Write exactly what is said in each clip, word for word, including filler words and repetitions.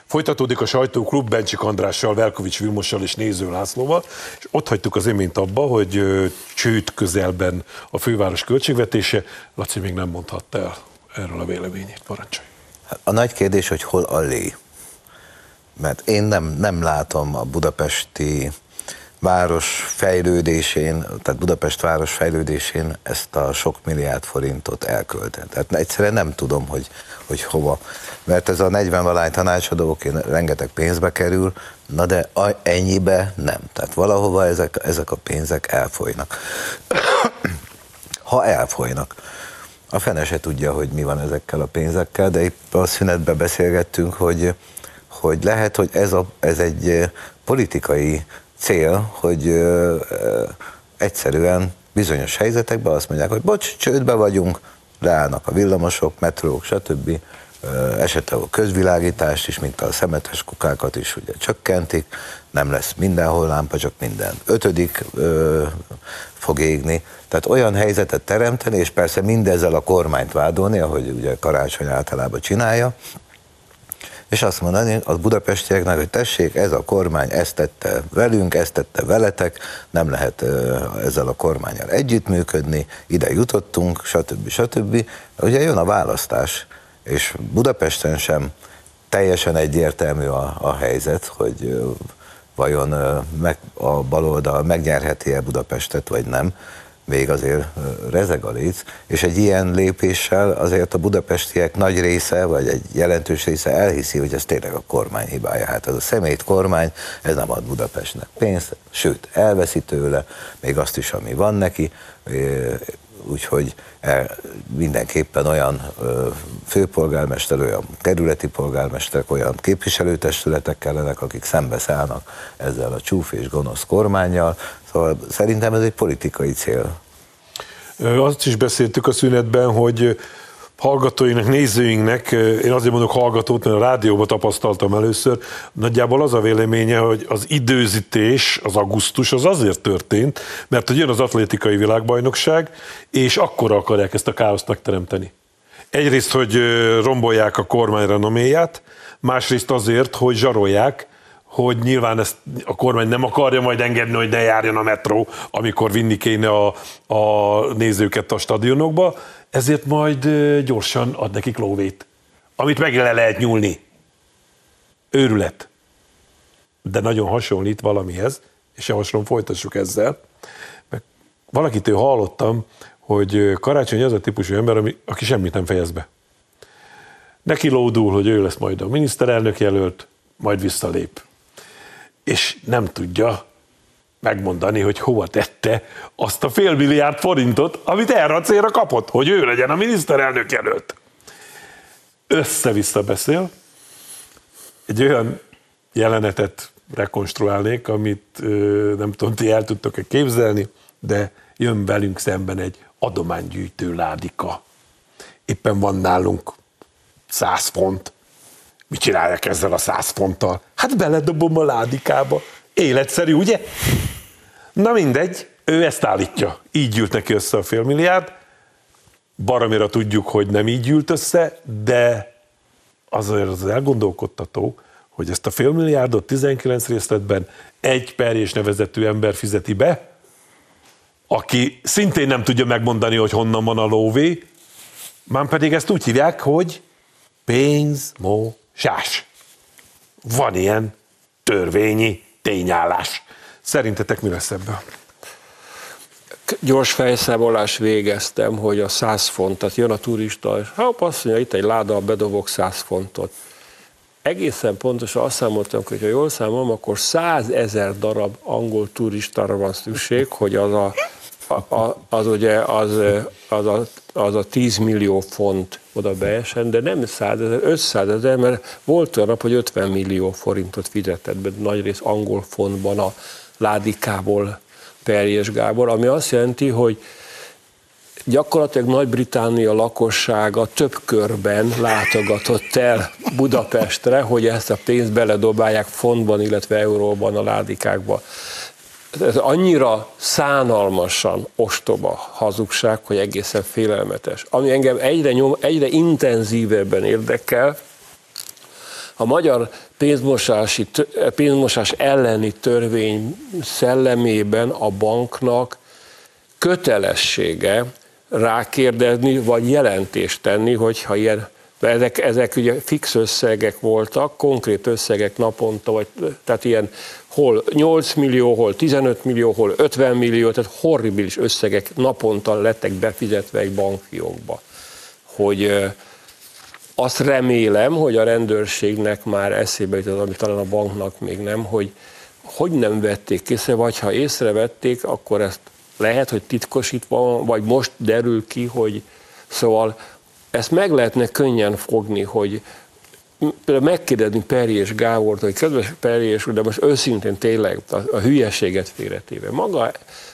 Folytatódik a sajtóklub Bencsik Andrással, Velkovics Vilmossal és Néző Lászlóval, és ott hagytuk az imént abba, hogy csőd közelben a főváros költségvetése. Laci még nem mondhatta el erről a véleményét, parancsolj. A nagy kérdés, hogy hol a lé. Mert én nem, nem látom a budapesti város fejlődésén, tehát Budapest város fejlődésén ezt a sok milliárd forintot elkölteni. Tehát egyszerűen nem tudom, hogy, hogy hova. Mert ez a negyven-valány tanácsadóként rengeteg pénzbe kerül, na de ennyibe nem. Tehát valahova ezek, ezek a pénzek elfolynak. Ha elfolynak. A fene se tudja, hogy mi van ezekkel a pénzekkel, de itt a szünetben beszélgettünk, hogy, hogy lehet, hogy ez, a, ez egy politikai cél, hogy ö, ö, egyszerűen bizonyos helyzetekben azt mondják, hogy bocs, csődbe vagyunk, leállnak a villamosok, metrók, stb. Esetleg a közvilágítást is, mint a szemetes kukákat is ugye csökkentik, nem lesz mindenhol lámpa, csak minden ötödik ö, fog égni. Tehát olyan helyzetet teremteni, és persze mindezzel a kormányt vádolni, ahogy ugye Karácsony általában csinálja, és azt mondani a budapestieknek, hogy tessék, ez a kormány ezt tette velünk, ezt tette veletek, nem lehet ezzel a kormánnyal együttműködni, ide jutottunk, stb. stb. Ugye jön a választás, és Budapesten sem teljesen egyértelmű a, a helyzet, hogy vajon meg, a baloldal megnyerheti-e Budapestet, vagy nem. Még azért rezeg a léc, és egy ilyen lépéssel azért a budapestiek nagy része, vagy egy jelentős része elhiszi, hogy ez tényleg a kormány hibája. Hát ez a szemét kormány, ez nem ad Budapestnek pénzt, sőt, elveszi tőle, még azt is, ami van neki, úgyhogy mindenképpen olyan főpolgármester, olyan kerületi polgármesterek, olyan képviselőtestületek kellenek, akik szembeszállnak ezzel a csúf és gonosz kormánnyal. Szóval szerintem ez egy politikai cél. Azt is beszéltük a szünetben, hogy hallgatóinknak, nézőinknek, én azért mondok hallgatót, mert a rádióban tapasztaltam először, nagyjából az a véleménye, hogy az időzítés, az augusztus az azért történt, mert hogy jön az atlétikai világbajnokság, és akkor akarják ezt a káoszt megteremteni. Egyrészt, hogy rombolják a kormány renoméját, másrészt azért, hogy zsarolják, hogy nyilván ezt a kormány nem akarja majd engedni, hogy ne járjon a metró, amikor vinni kéne a, a nézőket a stadionokba, ezért majd gyorsan ad nekik lóvét, amit meg le lehet nyúlni. Őrület. De nagyon hasonlít valamihez, és javaslom, folytassuk ezzel. Meg valakitől hallottam, hogy Karácsony az a típusú ember, aki semmit nem fejez be. Neki lódul, hogy ő lesz majd a miniszterelnök jelölt, majd visszalép. És nem tudja megmondani, hogy hova tette azt a fél milliárd forintot, amit erre a célra kapott, hogy ő legyen a miniszterelnök jelölt. Össze-vissza beszél. Egy olyan jelenetet rekonstruálnék, amit nem tudom, ti el tudtok-e képzelni, de jön velünk szemben egy adománygyűjtő ládika. Éppen van nálunk száz font. Mit csinálják ezzel a száz fonttal? Hát beledobom a ládikába. Életszerű, ugye? Na mindegy, ő ezt állítja. Így gyűlt neki össze a fél milliárd. Baromira tudjuk, hogy nem így gyűlt össze, de azért az elgondolkodtató, hogy ezt a fél milliárdot tizenkilenc részletben egy Perjés nevezetű ember fizeti be, aki szintén nem tudja megmondani, hogy honnan van a lóvé, már pedig ezt úgy hívják, hogy pénzmosás. Van ilyen törvényi tényállás. Szerintetek mi lesz ebből? Gyors fejszámolás végeztem, hogy a száz font, tehát jön a turista, és hopp, azt mondja, itt egy láda, bedobok száz fontot. Egészen pontosan azt számoltam, hogy ha jól számolom, akkor százezer darab angol turistára van szükség, hogy az a, a, a, az, ugye, az, az, a, az a tíz millió font oda beesen, de nem százezer, ötszázezer, mert volt olyan nap, hogy ötven millió forintot fizetett be, nagy rész angol fontban a ládikából Perjés Gábor, ami azt jelenti, hogy gyakorlatilag Nagy-Britannia lakossága több körben látogatott el Budapestre, hogy ezt a pénzt beledobálják fontban, illetve euróban a ládikákba. Ez annyira szánalmasan ostoba hazugság, hogy egészen félelmetes. Ami engem egyre, nyom, egyre intenzívebben érdekel, a magyar pénzmosási, pénzmosás elleni törvény szellemében a banknak kötelessége rákérdezni, vagy jelentést tenni, hogyha ilyen, ezek, ezek ugye fix összegek voltak, konkrét összegek naponta, vagy, tehát ilyen hol nyolc millió, hol tizenöt millió, hol ötven millió, tehát horribilis összegek naponta lettek befizetve egy bankfiókba. Hogy azt remélem, hogy a rendőrségnek már eszébe jutott, ami talán a banknak még nem, hogy hogy nem vették észre, vagy ha észrevették, akkor ezt lehet, hogy titkosítva, vagy most derül ki, hogy szóval ezt meg lehetne könnyen fogni, hogy például megkérdezni Perjés Gábort, hogy kedves Perjés úr, de most őszintén tényleg a, a hülyeséget félretéve. Maga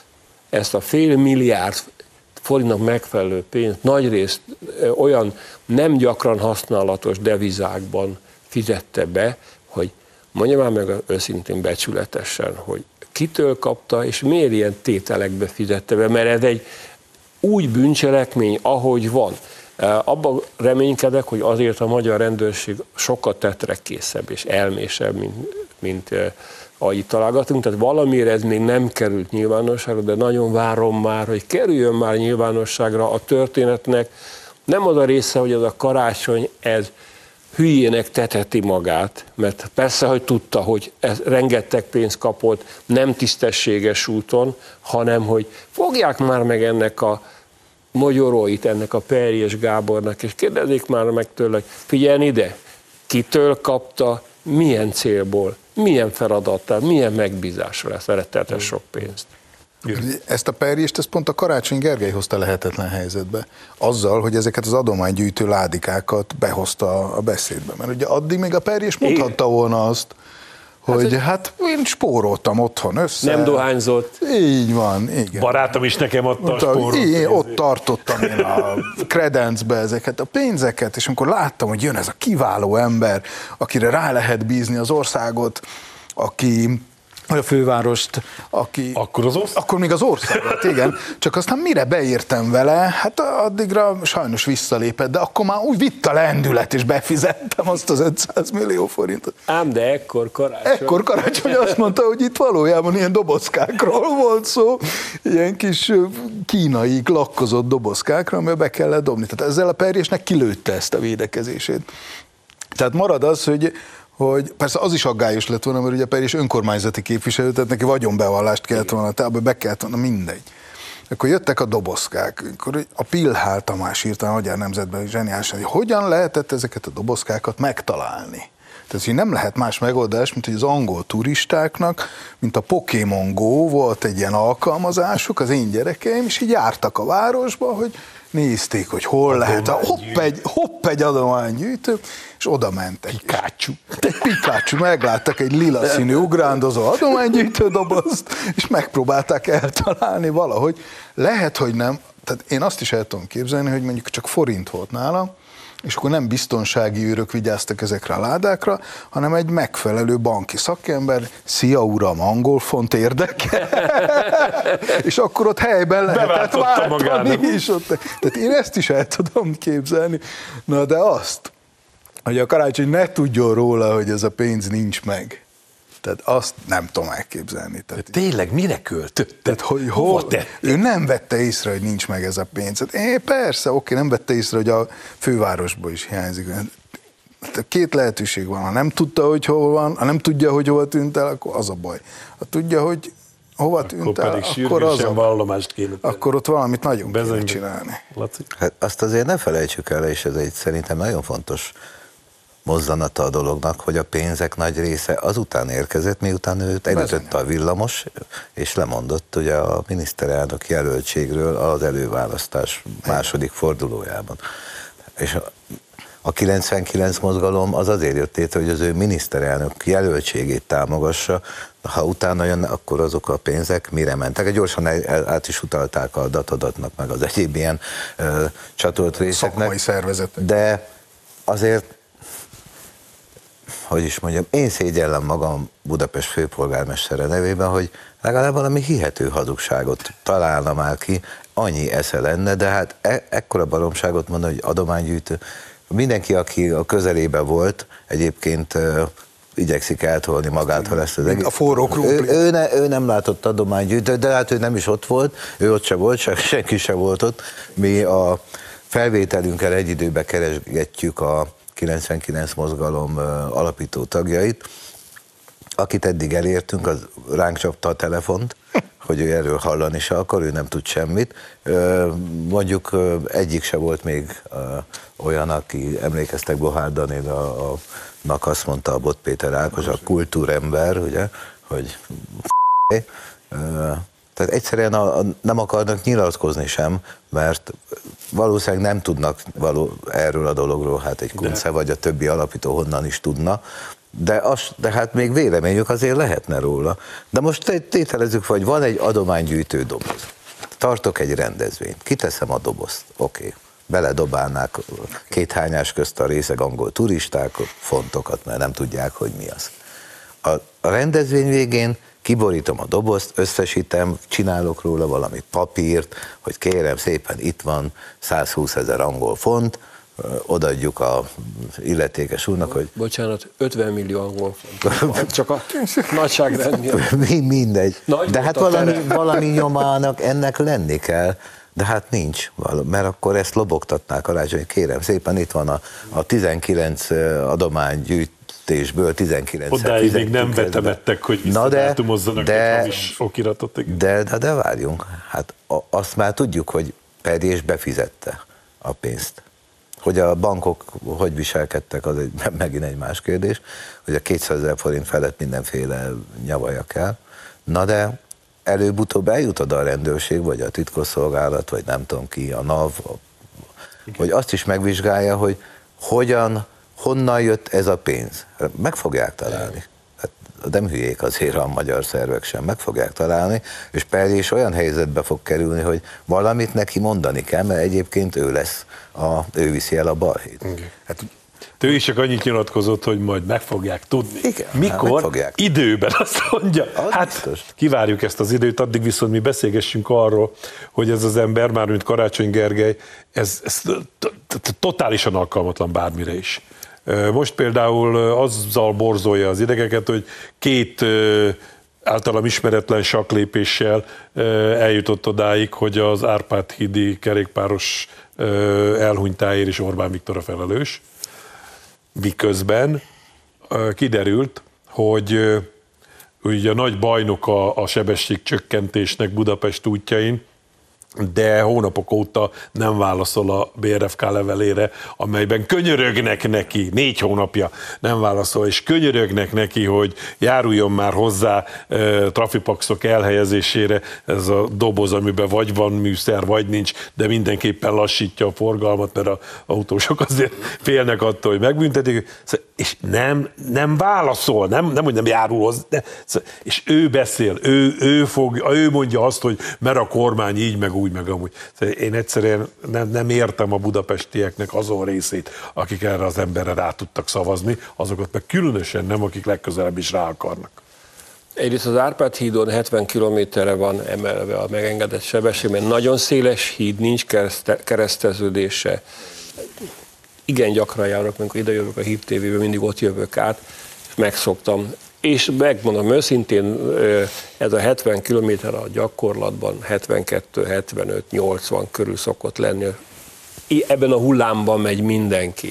ezt a fél milliárd forintnak megfelelő pénzt nagyrészt olyan nem gyakran használatos devizákban fizette be, hogy mondja már meg őszintén becsületesen, hogy kitől kapta, és miért ilyen tételekbe fizette be, mert ez egy úgy bűncselekmény, ahogy van. Abban reménykedek, hogy azért a magyar rendőrség sokkal tetrekészebb és elmésebb, mint, mint ahogy itt találgatunk. Tehát valamire ez még nem került nyilvánosságra, de nagyon várom már, hogy kerüljön már nyilvánosságra a történetnek. Nem az a része, hogy az a Karácsony ez hülyének teteti magát, mert persze, hogy tudta, hogy ez rengeteg pénzt kapott, nem tisztességes úton, hanem hogy fogják már meg ennek a mogyoróit, ennek a Perjés Gábornak, és kérdezik már meg tőle, figyelj ide, kitől kapta, milyen célból, milyen feladattal, milyen megbízásra lesz rettenetes sok pénzt. Ezt a Perjést, ezt pont a Karácsony Gergely hozta lehetetlen helyzetbe. Azzal, hogy ezeket az adománygyűjtő ládikákat behozta a beszédbe. Mert ugye addig még a Perjés mondhatta volna azt, hogy hát, hát én spóroltam otthon össze. Nem dohányzott. Így van, igen. Barátom is nekem adta a spórot. Én ott tartottam én a kredencbe ezeket a pénzeket, és amikor láttam, hogy jön ez a kiváló ember, akire rá lehet bízni az országot, aki a fővárost, aki... Akkor az ország? Akkor még az országot, igen. Csak aztán mire beértem vele, hát addigra sajnos visszalépett, de akkor már úgy vitt a lendület, és befizettem azt az ötszáz millió forintot. Ám de ekkor Karácsony... Ekkor Karácsony azt mondta, hogy itt valójában ilyen dobozkákról volt szó, ilyen kis kínai lakkozott dobozkákra, amivel be kellett dobni. Tehát ezzel a Perjésnek kilőtte ezt a védekezését. Tehát marad az, hogy hogy persze az is aggályos lett volna, mert ugye Perjés önkormányzati képviselő, tehát neki vagyonbevallást kellett volna, tehát be kellett volna, mindegy. Akkor jöttek a dobozkák, akkor a Pilhál Tamás írta a Magyar Nemzetben zseniálisan, hogy hogyan lehetett ezeket a dobozkákat megtalálni. Tehát, hogy nem lehet más megoldás, mint hogy az angol turistáknak, mint a Pokémon Go volt egy ilyen alkalmazásuk, az én gyerekeim, és így jártak a városba, hogy nézték, hogy hol lehet, hopp egy, hopp egy adománygyűjtő, és oda mentek. Pikachu. Egy Pikachu, megláttak egy lila színű ugrándozó adománygyűjtő dobozt, és megpróbálták eltalálni valahogy. Lehet, hogy nem, tehát én azt is el tudom képzelni, hogy mondjuk csak forint volt nála, és akkor nem biztonsági őrök vigyáztak ezekre a ládákra, hanem egy megfelelő banki szakember, szia uram, angol font érdekel, és akkor ott helyben lehetett váltani is. Ott. Tehát én ezt is el tudom képzelni. Na de azt, hogy a Karácsony ne tudjon róla, hogy ez a pénz nincs meg. Tehát azt nem tudom elképzelni. Tehát, tényleg mire költött? Tehát, hogy hol, ő nem vette észre, hogy nincs meg ez a pénz. Hát, é, persze, oké, nem vette észre, hogy a fővárosból is hiányzik. Két lehetőség van. Ha nem tudta, hogy hol van, ha nem tudja, hogy hova tűnt el, akkor az a baj. Ha tudja, hogy hova tűnt el, akkor az a vallomást kéne. Akkor ott valamit nagyon kéne csinálni. Hát azt azért ne felejtsük el, és ez egy szerintem nagyon fontos mozzanata a dolognak, hogy a pénzek nagy része azután érkezett, miután őt elütötte a villamos, és lemondott ugye a miniszterelnök jelöltségről az előválasztás második fordulójában. És a, a kilencvenkilenc mozgalom az azért jött létre, hogy az ő miniszterelnök jelöltségét támogassa, ha utána jön, akkor azok a pénzek mire mentek. Gyorsan át is utalták a datadatnak, meg az egyéb ilyen ö, csatolt részeknek. Szakmai szervezetek. De azért hogy is mondjam, én szégyellem magam Budapest főpolgármestere nevében, hogy legalább valami hihető hazugságot találna már ki, annyi esze lenne, de hát e- ekkora baromságot mondani, hogy adománygyűjtő, mindenki, aki a közelében volt, egyébként igyekszik eltolni magától ezt az egész. A forró krumpli. Ő, ő, ne, ő nem látott adománygyűjtőt, de hát ő nem is ott volt, ő ott se volt, se, senki se volt ott. Mi a felvételünkkel egy időben keresgetjük a kilencvenkilenc mozgalom alapító tagjait. Akit eddig elértünk, az ránk csapta a telefont, hogy ő erről hallani se akar, ő nem tud semmit. Mondjuk egyik se volt még olyan, aki emlékeztek Bohár Danielnak, azt mondta a Bot Péter Ákos, a kultúrember, ugye, hogy tehát egyszerűen a, a, nem akarnak nyilatkozni sem, mert valószínűleg nem tudnak való, erről a dologról, hát egy Kunce vagy a többi alapító honnan is tudna, de, az, de hát még véleményük azért lehetne róla. De most tételezzük, hogy van egy adománygyűjtő doboz. Tartok egy rendezvényt, kiteszem a dobozt, oké. Okay. Beledobálnák két hányás közt a részeg angol turisták fontokat, mert nem tudják, hogy mi az. A, a rendezvény végén kiborítom a dobozt, összesítem, csinálok róla valami papírt, hogy kérem szépen itt van százhúszezer angol font, odaadjuk a illetékes úrnak, hogy... Bocsánat, ötven millió angol font. Csak a nagyságrendnél. Mindegy. Nagy de hát valami, valami nyomának ennek lenni kell. De hát nincs, mert akkor ezt lobogtatnák Karácsony, kérem szépen, itt van a, a tizenkilenc adománygyűjtésből tizenkilenc. Odáig még nem vetemettek, hogy visszadátumozzanak egy hamis okiratot. De, de, de várjunk, hát azt már tudjuk, hogy Perjés befizette a pénzt. Hogy a bankok hogy viselkedtek, az egy, megint egy más kérdés, hogy a kétszázezer forint felett mindenféle nyavaja kell. Na de előbb-utóbb eljut oda a rendőrség, vagy a titkosszolgálat, vagy nem tudom ki, a NAV, hogy azt is megvizsgálja, hogy hogyan, honnan jött ez a pénz. Meg fogják találni. Hát nem hülyék azért a magyar szervek sem, meg fogják találni, és Perjés olyan helyzetbe fog kerülni, hogy valamit neki mondani kell, mert egyébként ő lesz, a, ő viszi el a balhét. Okay. Hát, ő is csak annyit nyilatkozott, hogy majd meg fogják tudni. Igen, mikor? Fogják. Időben, azt mondja. Az hát biztos. Kivárjuk ezt az időt, addig viszont mi beszélgessünk arról, hogy ez az ember, már mint Karácsony Gergely, ez, ez totálisan alkalmatlan bármire is. Most például azzal borzolja az idegeket, hogy két általam ismeretlen saklépéssel eljutott odáig, hogy az Árpád-hídi kerékpáros elhunytáért is Orbán Viktor a felelős. Miközben kiderült, hogy ugye a nagy bajnoka a sebességcsökkentésnek Budapest útjain, de hónapok óta nem válaszol a bé er ef ká levelére, amelyben könyörögnek neki, négy hónapja nem válaszol, és könyörögnek neki, hogy járuljon már hozzá e, trafipaxok elhelyezésére ez a doboz, amiben vagy van műszer, vagy nincs, de mindenképpen lassítja a forgalmat, mert az autósok azért félnek attól, hogy megbüntetik, és nem, nem válaszol, nem, nem, hogy nem járul hozzá, és ő beszél, ő, ő, fog, ő mondja azt, hogy mert a kormány így, meg úgy, meg amúgy. Én egyszerűen nem, nem értem a budapestieknek azon részét, akik erre az emberre rá tudtak szavazni, azokat meg különösen nem, akik legközelebb is rá akarnak. Egyrészt az Árpád-hídon hetven kilométerre van emelve a megengedett sebesség, mert nagyon széles híd, nincs kereszte, kereszteződése. Igen gyakran járok, amikor ide jövök a Hír té vében, mindig ott jövök át, és megszoktam. És megmondom őszintén, ez a hetven kilométer a gyakorlatban hetvenkettő, hetvenöt, nyolcvan körül szokott lenni. Ebben a hullámban megy mindenki.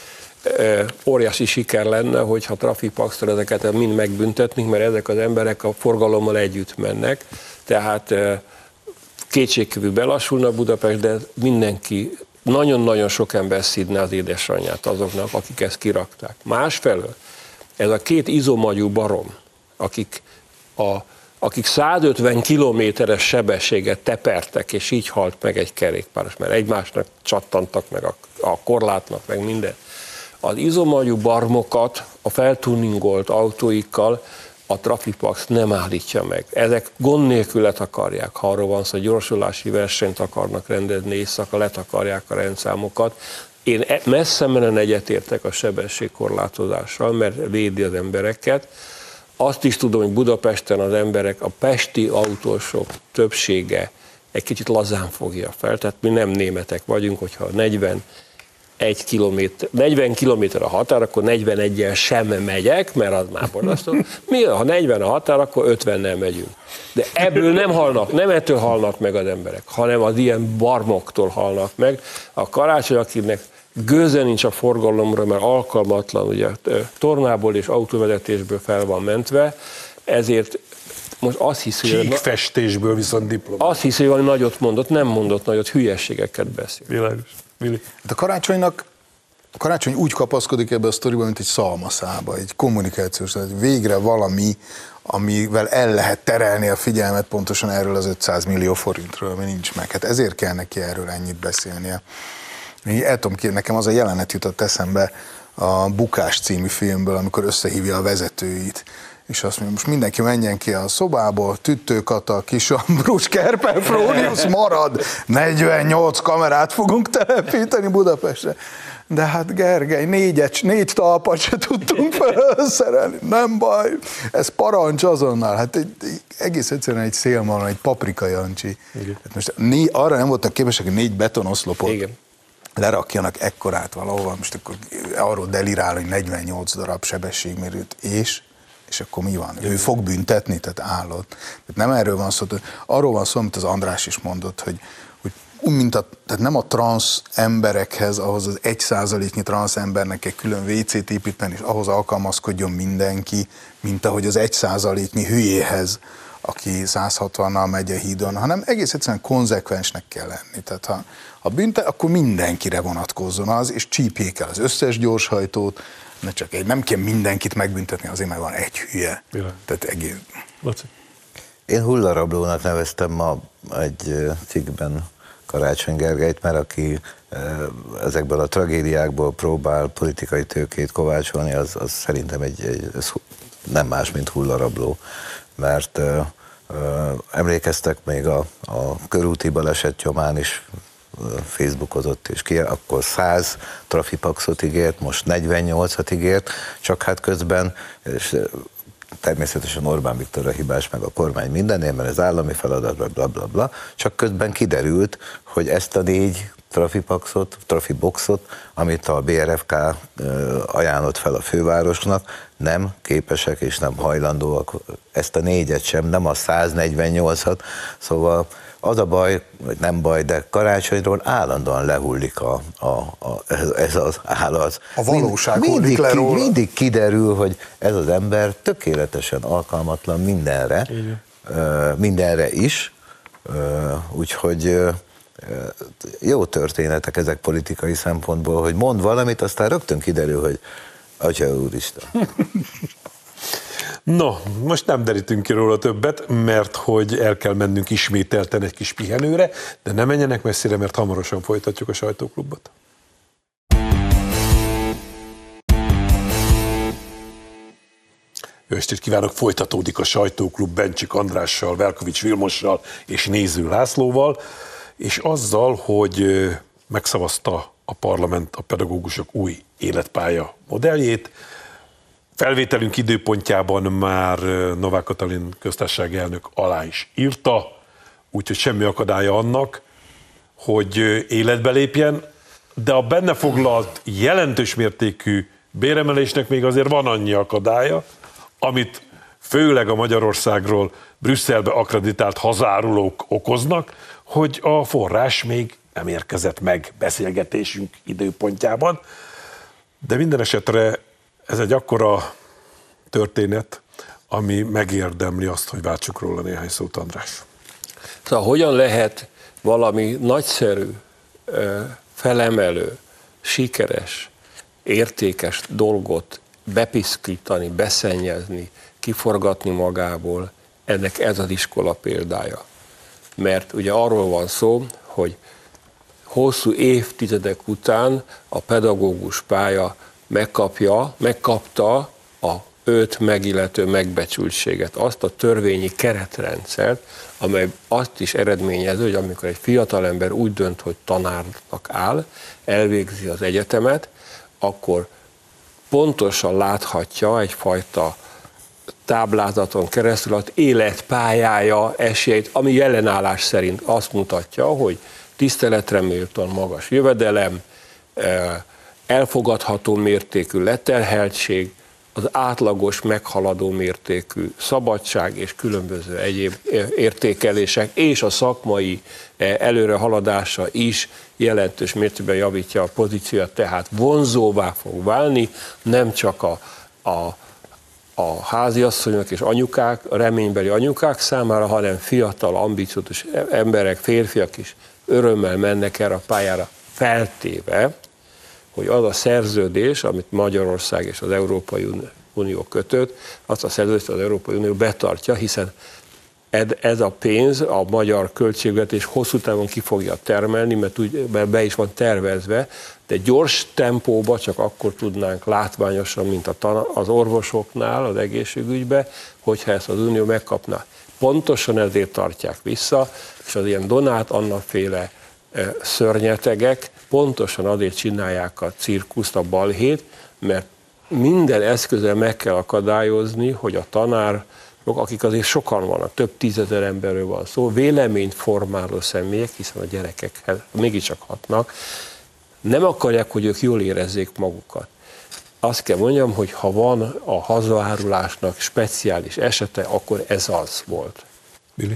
Óriási siker lenne, hogyha trafipaxtól ezeket mind megbüntetnénk, mert ezek az emberek a forgalommal együtt mennek. Tehát kétségkívül belassulna Budapest, de mindenki, nagyon-nagyon sok ember szidne az édesanyját azoknak, akik ezt kirakták. Másfelől ez a két izomagyú barom, akik, a, akik százötven kilométeres sebességet tepertek, és így halt meg egy kerékpáros, mert egymásnak csattantak meg a, a korlátnak, meg minden. Az izomagyú barmokat a feltuningolt autóikkal a Trafipax nem állítja meg. Ezek gond nélkül letakarják, ha arról van szó, hogy gyorsulási versenyt akarnak rendezni éjszaka, letakarják a rendszámokat. Én messze menen egyetértek a sebességkorlátozással, mert védi az embereket. Azt is tudom, hogy Budapesten az emberek, a pesti autósok többsége egy kicsit lazán fogja fel, tehát mi nem németek vagyunk, hogyha negyven egy kilométer, negyven kilométer a határ, akkor negyveneggyel sem megyek, mert az már borzasztó. Mi, ha negyven a határ, akkor ötvennel megyünk. De ebből nem halnak, nem ettől halnak meg az emberek, hanem az ilyen barmoktól halnak meg. A Karácsony, akinek gőze nincs a forgalomra, mert alkalmatlan, ugye tornából és autóvezetésből fel van mentve, ezért most azt hiszi, hogy... Csíkfestésből viszont diplomát. Azt hiszi, hogy valami nagyot mondott, nem mondott nagyot, hülyességeket beszél. Világos. Mili. Hát a Karácsonynak, a Karácsony úgy kapaszkodik ebbe a sztoriba, mint egy szalmaszába, egy kommunikációs, tehát végre valami, amivel el lehet terelni a figyelmet pontosan erről az ötszáz millió forintról, ami nincs meg. Hát ezért kell neki erről ennyit beszélnie. Én el tudom kérni, nekem az a jelenet jutott eszembe a Bukás című filmből, amikor összehívja a vezetőit, és azt mondja, most mindenki menjen ki a szobából, Tüttő Kata, Kis Ambrus, Kerpen Frónius marad, negyvennyolc kamerát fogunk telepíteni Budapestre. De hát Gergely, négyet, négy talpat se tudtunk felszerelni, nem baj, ez parancs azonnal. Hát egy, egy, egész egyszerűen egy szélmalom, egy Paprika Jancsi. Hát most né, arra nem voltak képesek, hogy négy betonoszlopot Igen. lerakjanak ekkorát valahova, most akkor arról delirál, hogy negyvennyolc darab sebességmérőt, és és akkor mi van? Ő fog büntetni, tehát állott. Tehát nem erről van szó, arról van szó, amit az András is mondott, hogy, hogy mint a, tehát nem a transz emberekhez, ahhoz az egy százaléknyi transz embernek kell külön vé cét építeni, és ahhoz alkalmazkodjon mindenki, mint ahogy az egy százaléknyi hülyéhez, aki száz hatvannal megy a hídon, hanem egész egyszerűen konzekvensnek kell lenni. Tehát ha, ha büntet, akkor mindenkire vonatkozzon az, és csípjék el az összes gyorshajtót, ne csak egy, nem kell mindenkit megbüntetni, azért mert van egy hülye. Bilán. Tehát egész. Laci. Én hullarablónak neveztem ma egy cikkben Karácsony Gergelyt, mert aki ezekből a tragédiákból próbál politikai tőkét kovácsolni, az, az szerintem egy, egy nem más, mint hullarabló. Mert uh, uh, emlékeztek még a, a körúti baleset nyomán is Facebookozott, és ki, akkor száz trafipaxot ígért, most negyvennyolcat ígért, csak hát közben, és természetesen Orbán Viktor a hibás, meg a kormány mindennél, mert ez állami feladat, bla, bla, bla, bla, csak közben kiderült, hogy ezt a négy trafipaxot, trafiboxot, amit a bé er ef ká ajánlott fel a fővárosnak, nem képesek és nem hajlandóak ezt a négyet sem, nem a száznegyvennyolcat, szóval az a baj, vagy nem baj, de Karácsonyról állandóan lehullik a, a, a, ez, ez az állat. A valóság Mind, hullik le róla. Mindig kiderül, hogy ez az ember tökéletesen alkalmatlan mindenre, uh, mindenre is, uh, úgyhogy uh, jó történetek ezek politikai szempontból, hogy mond valamit, aztán rögtön kiderül, hogy Atya Úristen. No, most nem derítünk ki róla többet, mert hogy el kell mennünk ismételten egy kis pihenőre, de ne menjenek messzire, mert hamarosan folytatjuk a sajtóklubot. Jó estét kívánok, folytatódik a sajtóklub Bencsik Andrással, Velkovics Vilmossal és Néző Lászlóval, és azzal, hogy megszavazta a parlament a pedagógusok új életpálya modelljét. Felvételünk időpontjában már Novák Katalin köztársasági elnök alá is írta, úgyhogy semmi akadálya annak, hogy életbe lépjen, de a benne foglalt jelentős mértékű béremelésnek még azért van annyi akadálya, amit főleg a Magyarországról Brüsszelbe akkreditált hazárulók okoznak, hogy a forrás még nem érkezett meg beszélgetésünk időpontjában, de minden esetre ez egy akkora történet, ami megérdemli azt, hogy váltsuk róla néhány szót, András. Szóval hogyan lehet valami nagyszerű, felemelő, sikeres, értékes dolgot bepiszkítani, beszennyezni, kiforgatni magából, ennek ez az iskola példája. Mert ugye arról van szó, hogy hosszú évtizedek után a pedagógus pálya megkapja, megkapta a őt megillető megbecsültséget, azt a törvényi keretrendszert, amely azt is eredményező, hogy amikor egy fiatalember úgy dönt, hogy tanárnak áll, elvégzi az egyetemet, akkor pontosan láthatja egyfajta táblázaton keresztül az életpályája esélyt, ami jelenállás szerint azt mutatja, hogy tiszteletre méltó magas jövedelem, elfogadható mértékű leterheltség, az átlagos meghaladó mértékű szabadság és különböző egyéb értékelések és a szakmai előrehaladása is jelentős mértékben javítja a pozíciót, tehát vonzóvá fog válni, nem csak a, a, a háziasszonyok és anyukák, a reménybeli anyukák számára, hanem fiatal, ambiciózus emberek, férfiak is örömmel mennek erre a pályára, feltéve, hogy az a szerződés, amit Magyarország és az Európai Unió kötött, azt a szerződést az Európai Unió betartja, hiszen ez a pénz a magyar költségvetés hosszú távon ki fogja termelni, mert, úgy, mert be is van tervezve, de gyors tempóba csak akkor tudnánk látványosan, mint a, az orvosoknál, az egészségügybe, hogyha ezt az Unió megkapná. Pontosan ezért tartják vissza, és az ilyen Donát Anna-féle szörnyetegek pontosan azért csinálják a cirkuszt, a balhét, mert minden eszközzel meg kell akadályozni, hogy a tanárok, akik azért sokan vannak, több tízezer emberről van szó, véleményt formáló személyek, hiszen a gyerekekhez mégiscsak hatnak, nem akarják, hogy ők jól érezzék magukat. Azt kell mondjam, hogy ha van a hazaárulásnak speciális esete, akkor ez az volt. Billy?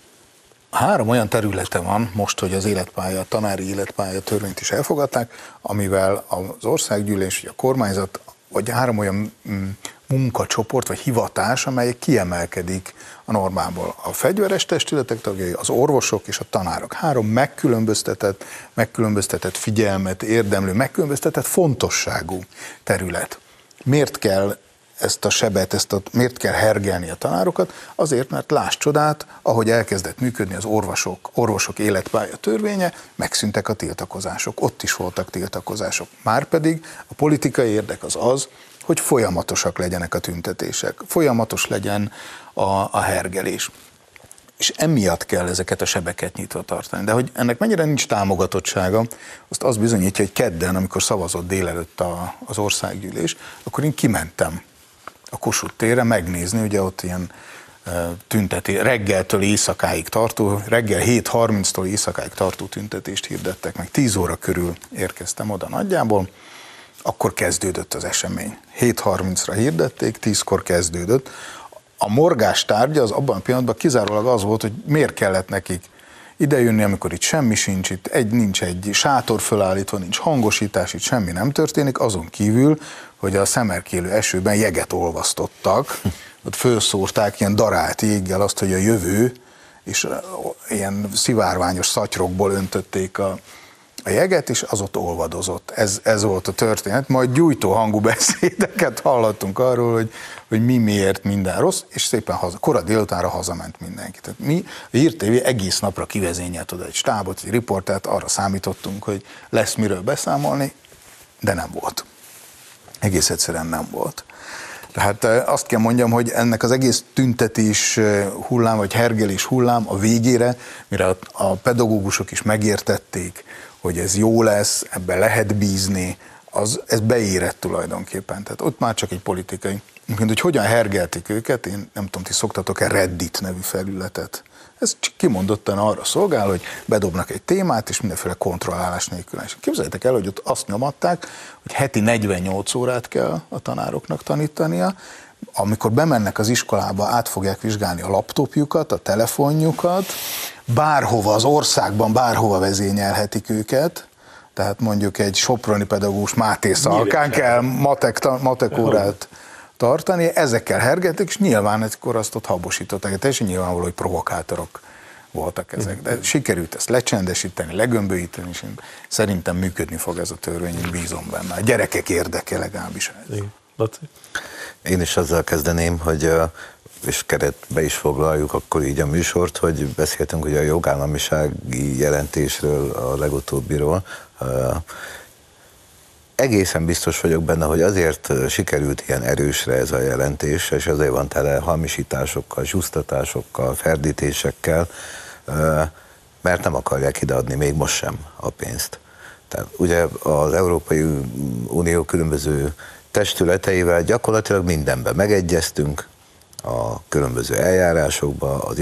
Három olyan területe van most, hogy az életpálya, a tanári életpálya törvényt is elfogadták, amivel az országgyűlés, vagy a kormányzat, vagy három olyan munkacsoport, vagy hivatás, amely kiemelkedik a normából. A fegyveres testületek tagjai, az orvosok és a tanárok. Három megkülönböztetett, megkülönböztetett figyelmet érdemlő, megkülönböztetett fontosságú terület. Miért kell ezt a sebet, ezt a, miért kell hergelni a tanárokat? Azért, mert láss csodát, ahogy elkezdett működni az orvosok, orvosok életpálya törvénye, megszűntek a tiltakozások. Ott is voltak tiltakozások. Márpedig a politikai érdek az az, hogy folyamatosak legyenek a tüntetések, folyamatos legyen a, a hergelés. És emiatt kell ezeket a sebeket nyitva tartani. De hogy ennek mennyire nincs támogatottsága, azt az bizonyítja, hogy kedden, amikor szavazott délelőtt a, az országgyűlés, akkor én kimentem a Kossuth térre megnézni, ugye ott ilyen tünteti, reggeltől éjszakáig tartó, reggel hét harminctól éjszakáig tartó tüntetést hirdettek, meg tíz óra körül érkeztem oda nagyjából, akkor kezdődött az esemény. hét harmincra hirdették, tízkor kezdődött. A morgás tárgya az abban a pillanatban kizárólag az volt, hogy miért kellett nekik idejönni, amikor itt semmi sincs, itt egy, nincs egy sátor fölállítva, nincs hangosítás, itt semmi nem történik, azon kívül, hogy a szemerkélő esőben jeget olvasztottak, ott fölszórták ilyen darált jéggel azt, hogy a jövő, és ilyen szivárványos szatyrokból öntötték a, a jeget, és az ott olvadozott. Ez, ez volt a történet. Majd gyújtó hangú beszédeket hallottunk arról, hogy, hogy mi miért minden rossz, és szépen haza, kora délutánra hazament mindenki. Tehát mi, a Hír té vé egész napra kivezényelt oda egy stábot, egy riportert, arra számítottunk, hogy lesz miről beszámolni, de nem volt. Egész egyszerűen nem volt. Tehát azt kell mondjam, hogy ennek az egész tüntetés hullám, vagy hergelés hullám a végére, mire a pedagógusok is megértették, hogy ez jó lesz, ebben lehet bízni, az, ez beérett tulajdonképpen. Tehát ott már csak egy politikai. Mint hogy hogyan hergelték őket, én nem tudom, ti szoktatok-e Reddit nevű felületet. Ez kimondottan arra szolgál, hogy bedobnak egy témát, és mindenféle kontrollálás nélkül. Képzeljétek el, hogy ott azt nyomatták, hogy heti negyvennyolc órát kell a tanároknak tanítania, amikor bemennek az iskolába, át fogják vizsgálni a laptopjukat, a telefonjukat, bárhova, az országban bárhova vezényelhetik őket, tehát mondjuk egy soproni pedagógus Máté Szalkán kell matek, matek órát tartani, ezekkel hergették, és nyilván egykor azt ott habosították, teljesen nyilvánvaló, hogy provokátorok voltak ezek. De sikerült ezt lecsendesíteni, legömbölyíteni, és szerintem működni fog ez a törvény, én bízom benne. A gyerekek érdeke legalábbis. Én is azzal kezdeném, hogy és keretbe is foglaljuk akkor így a műsort, hogy beszéltünk ugye a jogállamisági jelentésről, a legutóbbiról. Egészen biztos vagyok benne, hogy azért sikerült ilyen erősre ez a jelentés, és azért van tele hamisításokkal, zsusztatásokkal, ferdítésekkel, mert nem akarják ideadni még most sem a pénzt. Tehát ugye az Európai Unió különböző testületeivel gyakorlatilag mindenben megegyeztünk, a különböző eljárásokban, az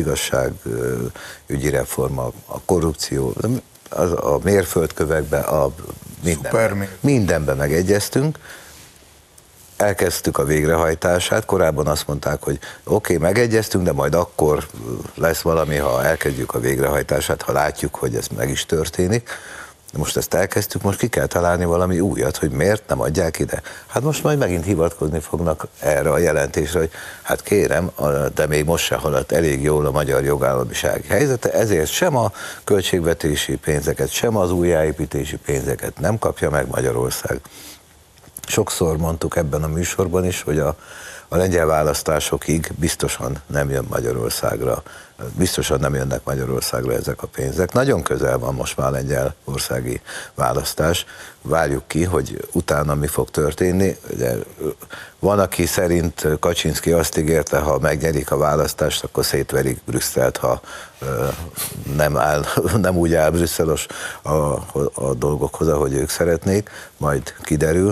igazságügyi reforma, a korrupció, a mérföldkövekben, a mindenben, mindenben megegyeztünk, elkezdtük a végrehajtását, korábban azt mondták, hogy oké, okay, megegyeztünk, de majd akkor lesz valami, ha elkezdjük a végrehajtását, ha látjuk, hogy ez meg is történik. Most ezt elkezdtük, most ki kell találni valami újat, hogy miért nem adják ide. Hát most majd megint hivatkozni fognak erre a jelentésre, hogy hát kérem, de még most se haladt elég jól a magyar jogállamiság helyzete, ezért sem a költségvetési pénzeket, sem az újjáépítési pénzeket nem kapja meg Magyarország. Sokszor mondtuk ebben a műsorban is, hogy a, a lengyel választásokig biztosan nem jön Magyarországra, biztosan nem jönnek Magyarországra ezek a pénzek. Nagyon közel van most már a lengyelországi választás. Várjuk ki, hogy utána mi fog történni. Ugye van, aki szerint Kaczynszki azt ígérte, ha megnyerik a választást, akkor szétverik Brüsszelt, ha nem, áll, nem úgy áll brüsszelos a, a dolgokhoz, ahogy ők szeretnék, majd kiderül.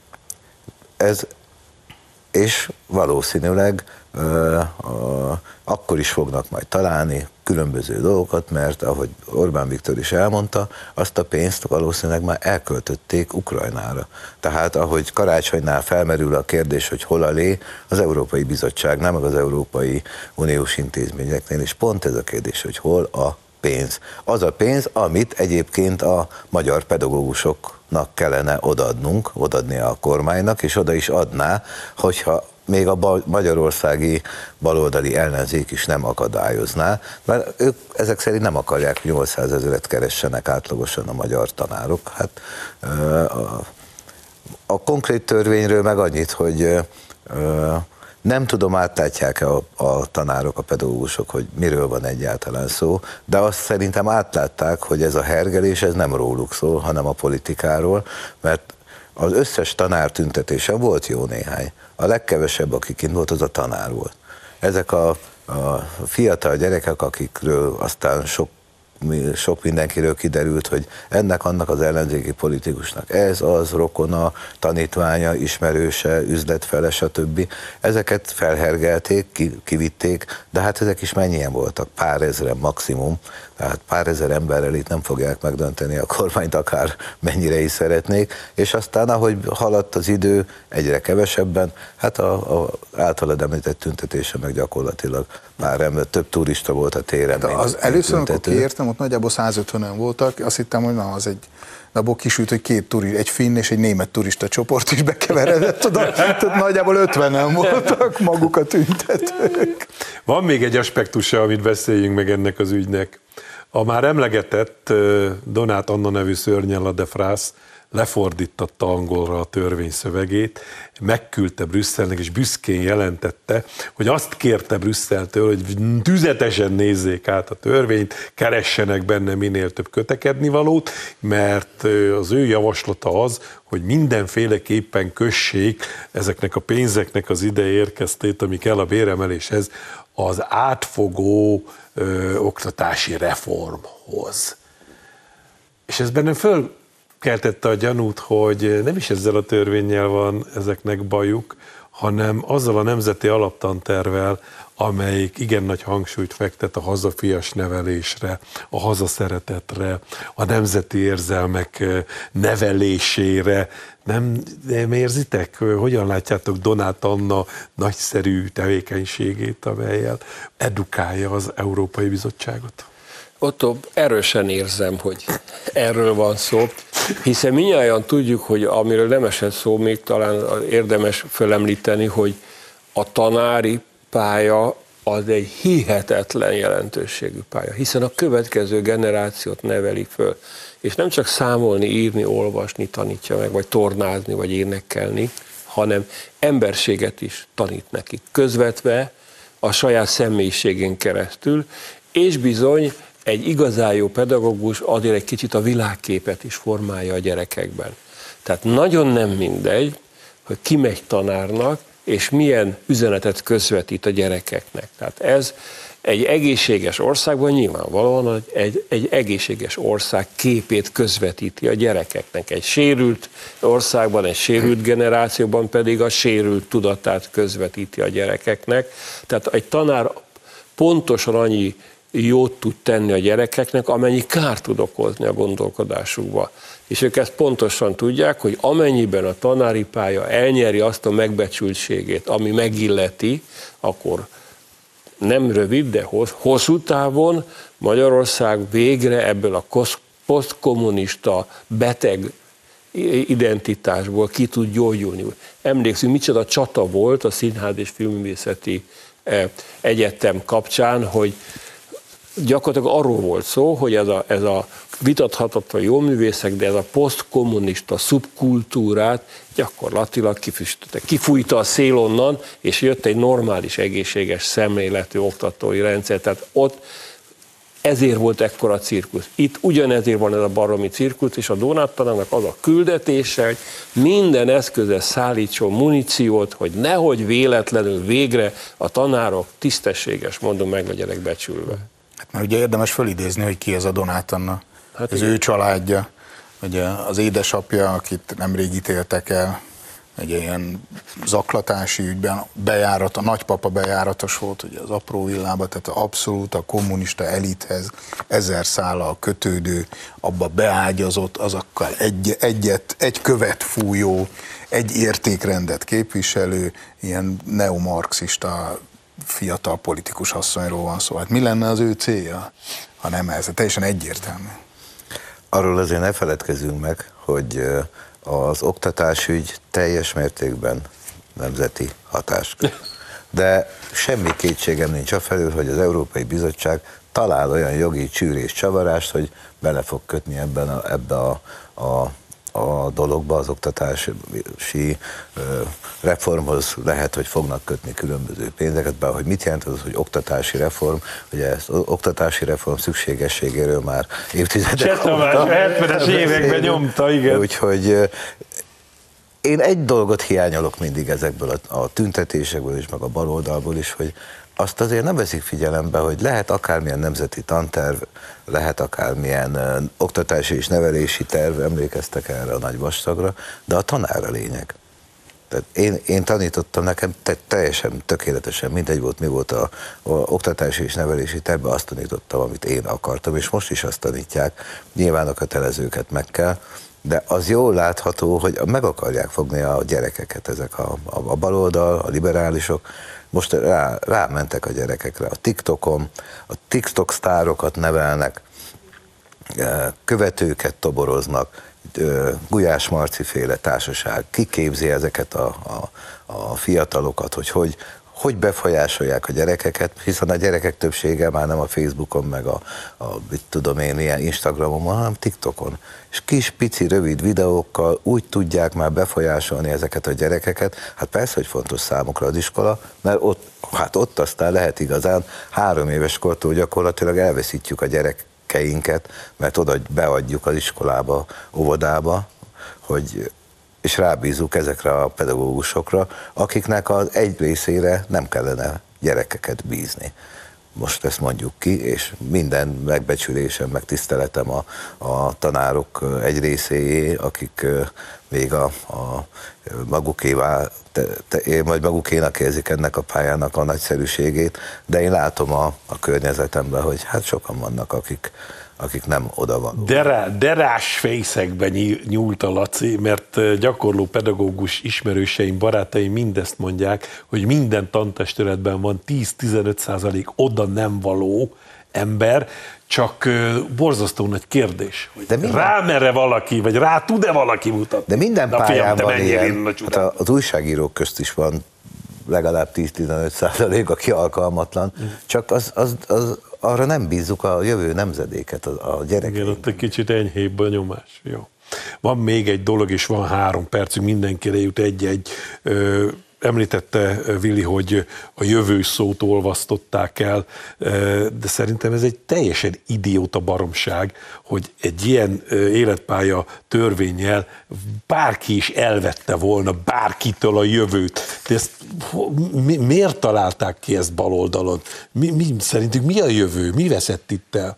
Ez, és valószínűleg uh, uh, akkor is fognak majd találni különböző dolgokat, mert ahogy Orbán Viktor is elmondta, azt a pénzt valószínűleg már elköltötték Ukrajnára. Tehát ahogy karácsonynál felmerül a kérdés, hogy hol a lé, az Európai Bizottságnál, meg az Európai Uniós intézményeknél is pont ez a kérdés, hogy hol a pénz. Az a pénz, amit egyébként a magyar pedagógusoknak kellene odaadnunk, odaadnia a kormánynak, és oda is adná, hogyha még a magyarországi baloldali ellenzék is nem akadályozná, mert ők ezek szerint nem akarják, hogy nyolcszázezret keressenek átlagosan a magyar tanárok. Hát a, a konkrét törvényről meg annyit, hogy nem tudom, átlátják-e a, a tanárok, a pedagógusok, hogy miről van egyáltalán szó, de azt szerintem átlátták, hogy ez a hergelés, ez nem róluk szól, hanem a politikáról, mert az összes tanár tüntetése volt jó néhány. A legkevesebb, aki kint volt, az a tanár volt. Ezek a, a fiatal gyerekek, akikről aztán sok sok mindenkiről kiderült, hogy ennek, annak az ellenzéki politikusnak ez, az, rokona, tanítványa, ismerőse, üzletfele, stb. Ezeket felhergelték, kivitték, de hát ezek is mennyien voltak? Pár ezeren maximum, tehát pár ezer emberrel itt nem fogják megdönteni a kormányt, akár mennyire is szeretnék, és aztán, ahogy haladt az idő, egyre kevesebben, hát a, a általad említett tüntetése meg gyakorlatilag pár ember, több turista volt a téren. De az először, amikor kiértem, ott nagyjából százötvenen voltak, azt hittem, hogy na, az egy, de abból kisült, hogy két turi, egy finn és egy német turista csoport is bekeveredett oda, tehát nagyjából ötvenen voltak maguk a tüntetők. Van még egy aspektusa, amit beszéljünk meg ennek az ügynek. A már emlegetett Donát Anna nevű szörnyel a de Frász lefordította angolra a törvény szövegét, megküldte Brüsszelnek, és büszkén jelentette, hogy azt kérte Brüsszeltől, hogy tüzetesen nézzék át a törvényt, keressenek benne minél több kötekednivalót, mert az ő javaslata az, hogy mindenféleképpen kössék ezeknek a pénzeknek az ide érkeztét, ami kell a béremeléshez, az átfogó ö, oktatási reformhoz. És ez bennem föl keltette a gyanút, hogy nem is ezzel a törvénnyel van ezeknek bajuk, hanem azzal a nemzeti alaptantervvel, amelyik igen nagy hangsúlyt fektet a hazafias nevelésre, a hazaszeretetre, a nemzeti érzelmek nevelésére. Nem, nem érzitek? Hogyan látjátok Donát Anna nagyszerű tevékenységét, amellyel edukálja az Európai Bizottságot? Otto, erősen érzem, hogy erről van szó, hiszen mindnyájan tudjuk, hogy amiről nem esett szó, még talán érdemes fölemlíteni, hogy a tanári pálya az egy hihetetlen jelentőségű pálya, hiszen a következő generációt neveli föl, és nem csak számolni, írni, olvasni tanítja meg, vagy tornázni, vagy énekelni, hanem emberséget is tanít nekik, közvetve a saját személyiségén keresztül, és bizony egy igazán jó pedagógus azért egy kicsit a világképet is formálja a gyerekekben. Tehát nagyon nem mindegy, hogy ki megy tanárnak, és milyen üzenetet közvetít a gyerekeknek. Tehát ez egy egészséges országban nyilvánvalóan egy, egy egészséges ország képét közvetíti a gyerekeknek. Egy sérült országban, egy sérült generációban pedig a sérült tudatát közvetíti a gyerekeknek. Tehát egy tanár pontosan annyi jót tud tenni a gyerekeknek, amennyi kárt tud okozni a gondolkodásukba. És ők ezt pontosan tudják, hogy amennyiben a tanári pálya elnyeri azt a megbecsültségét, ami megilleti, akkor nem rövid, de hosszú távon Magyarország végre ebből a posztkommunista beteg identitásból ki tud gyógyulni. Emlékszünk, micsoda csata volt a Színház és Filmművészeti Egyetem kapcsán, hogy gyakorlatilag arról volt szó, hogy ez a, ez a vitathatatlan jó művészek, de ez a posztkommunista szubkultúrát gyakorlatilag kifüstötte. Kifújta a szél onnan, és jött egy normális, egészséges szemléletű oktatói rendszer. Tehát ott ezért volt ekkora cirkusz. Itt ugyanezért van ez a baromi cirkusz, és a Donát-tanárnak az a küldetése, hogy minden eszköze szállítson muníciót, hogy nehogy véletlenül végre a tanárok tisztességes módon meg legyenek becsülve. Hát mert ugye érdemes fölidézni, hogy ki ez a Donát Anna. Hát ez igen. ő családja, ugye az édesapja, akit nemrég ítéltek el, egy ilyen zaklatási ügyben, bejárat, a nagypapa bejáratos volt ugye az apró villába, tehát abszolút a kommunista elithez ezer szállal kötődő, abba beágyazott, azokkal egy, egyet, egy követ fújó, egy értékrendet képviselő, ilyen neomarxista fiatal politikus asszonyról van szó. Hát mi lenne az ő célja, ha nem ez? Teljesen egyértelmű. Arról azért ne feledkezzünk meg, hogy az oktatásügy teljes mértékben nemzeti hatáskör. De semmi kétségem nincs afelől, hogy az Európai Bizottság talál olyan jogi csűrés csavarást, hogy bele fog kötni ebben a, ebbe a, a, a dologba, az oktatási reformhoz lehet, hogy fognak kötni különböző pénzeket, bár hogy mit jelent az, hogy oktatási reform, ugye ezt oktatási reform szükségességéről már évtizedek Cseh Tamás hetvenes években nyomta, igen. Úgyhogy én egy dolgot hiányolok mindig ezekből a, a tüntetésekből és meg a baloldalból is, hogy azt azért nem veszik figyelembe, hogy lehet akármilyen nemzeti tanterv, lehet akármilyen uh, oktatási és nevelési terv, emlékeztek erre a nagy vastagra, de a tanár a lényeg. Tehát én, én tanítottam, nekem te, teljesen tökéletesen mindegy volt, mi volt a, a oktatási és nevelési tervben, azt tanítottam, amit én akartam, és most is azt tanítják, nyilván a kötelezőket meg kell, de az jól látható, hogy meg akarják fogni a gyerekeket ezek a, a, a baloldal, a liberálisok, most rá, rámentek a gyerekekre a TikTokon, a TikTok sztárokat nevelnek, követőket toboroznak, Gulyás Marci féle társaság kiképzi ezeket a, a, a fiatalokat, hogy, hogy hogy befolyásolják a gyerekeket, hiszen a gyerekek többsége már nem a Facebookon, meg a, a mit tudom én, ilyen Instagramon, hanem TikTokon. És kis, pici, rövid videókkal úgy tudják már befolyásolni ezeket a gyerekeket. Hát persze, hogy fontos számukra az iskola, mert ott, hát ott aztán lehet igazán három éves kortól gyakorlatilag elveszítjük a gyerekeinket, mert oda beadjuk az iskolába, óvodába, hogy és rábízzuk ezekre a pedagógusokra, akiknek az egy részére nem kellene gyerekeket bízni. Most ezt mondjuk ki, és minden megbecsülésem, meg tiszteletem a, a tanárok egy részéjé, akik még a, a magukévá, te, te, majd magukénak érzik ennek a pályának a nagyszerűségét, de én látom a, a környezetemben, hogy hát sokan vannak, akik akik nem oda vannak. Derá, derás fészekbe nyúlt a Laci, mert gyakorló pedagógus ismerőseim, barátaim mindezt mondják, hogy minden tantestületben van tíz-tizenöt százalék oda nem való ember, csak borzasztó nagy kérdés, hogy de minden... rá mere valaki, vagy rá tud-e valaki mutatni? De minden Na, pályán fiam, van ilyen, hát az újságírók közt is van legalább tíz-tizenöt százalék, aki alkalmatlan, mm. csak az, az, az arra nem bízzuk a jövő nemzedéket, a, a gyerekeket. Igen, ott egy kicsit enyhébb a nyomás. Jó. Van még egy dolog, és van három percünk, mindenkire jut egy-egy. Ö, említette Vili, hogy a jövő szót olvasztották el, de szerintem ez egy teljesen idióta baromság, hogy egy ilyen életpálya törvénnyel bárki is elvette volna bárkitől a jövőt. De ezt mi, miért találták ki ezt baloldalon? Mi, mi, szerintük mi a jövő? Mi veszett itt el?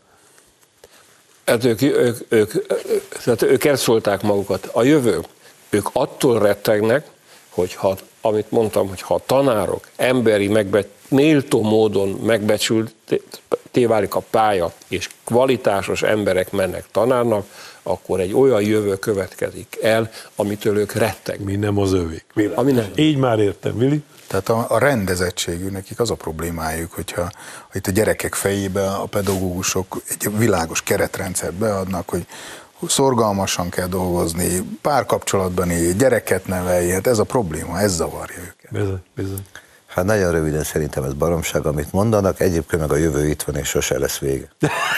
Hát ők, ők, ők, ők, ők elszólták magukat. A jövő. Ők attól rettegnek, hogy ha, amit mondtam, hogy ha a tanárok emberi, megbe, méltó módon megbecsülté válik a pálya, és kvalitásos emberek mennek tanárnak, akkor egy olyan jövő következik el, amitől ők rettegnek. Mi nem az övék. Ami nem. Így már értem, Vili? Tehát a, a rendezettségű, nekik az a problémájuk, hogyha ha itt a gyerekek fejébe a pedagógusok egy világos keretrendszert beadnak, hogy szorgalmasan kell dolgozni, párkapcsolatban élj, gyereket nevelj, hát ez a probléma, ez zavarja őket. Bizony, bizony. Hát nagyon röviden szerintem ez baromság, amit mondanak, egyébként meg a jövő itt van, és sose lesz vége.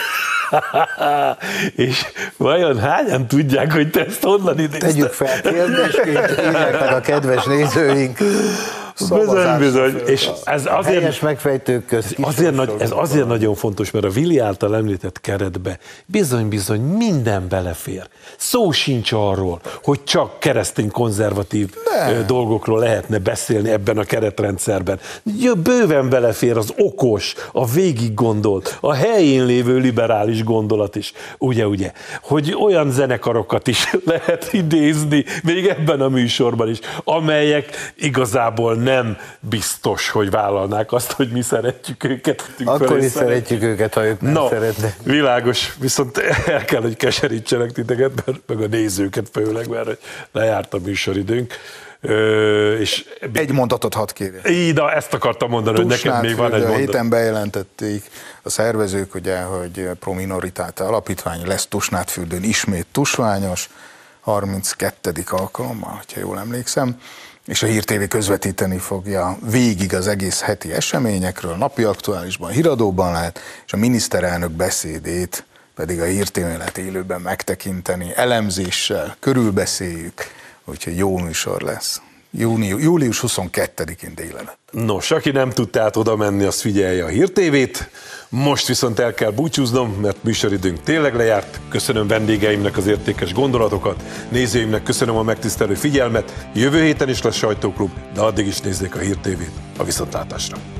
És vajon hányan tudják, hogy te ezt honnan idézted? Tegyük fel kérdésként, írják meg a kedves nézőink. Bizony, bizony. És ez A azért, helyes megfejtők közt. azért nagy, ez azért nagyon fontos, mert a Vili által említett keretbe bizony-bizony minden belefér. Szó sincs arról, hogy csak keresztény konzervatív De. dolgokról lehetne beszélni ebben a keretrendszerben. Bőven belefér az okos, a végig gondolt, a helyén lévő liberális gondolat is. Ugye, ugye, hogy olyan zenekarokat is lehet idézni, még ebben a műsorban is, amelyek igazából nem biztos, hogy vállalnák azt, hogy mi szeretjük őket. Akkor is szeretjük őket, ha ők nem no, szeretnek. Világos, viszont el kell, hogy keserítsenek titeket, mert, meg a nézőket főleg, mert lejárt a műsoridőnk. Ö, és egy mondatot hadd kérjen. Így, de ezt akartam mondani, hogy neked még van egy mondat. Héten bejelentették a szervezők, ugye, hogy Pro Minoritate alapítvány lesz Tusnádfürdőn ismét tusványos, harminckettedik alkalommal, hogyha jól emlékszem, és a Hír té vé közvetíteni fogja végig az egész heti eseményekről, napi aktuálisban, híradóban lehet, és a miniszterelnök beszédét pedig a Hír té vén lehet élőben megtekinteni, elemzéssel, körülbeszéljük, úgyhogy jó műsor lesz. Június, július huszonkettedikén délelőtt. Nos, aki nem tud tehát oda menni, az figyelje a Hír té vét. Most viszont el kell búcsúznom, mert műsoridőnk tényleg lejárt. Köszönöm vendégeimnek az értékes gondolatokat, nézőimnek köszönöm a megtisztelő figyelmet. Jövő héten is lesz sajtóklub, de addig is nézzék a Hír té vét. A viszontlátásra!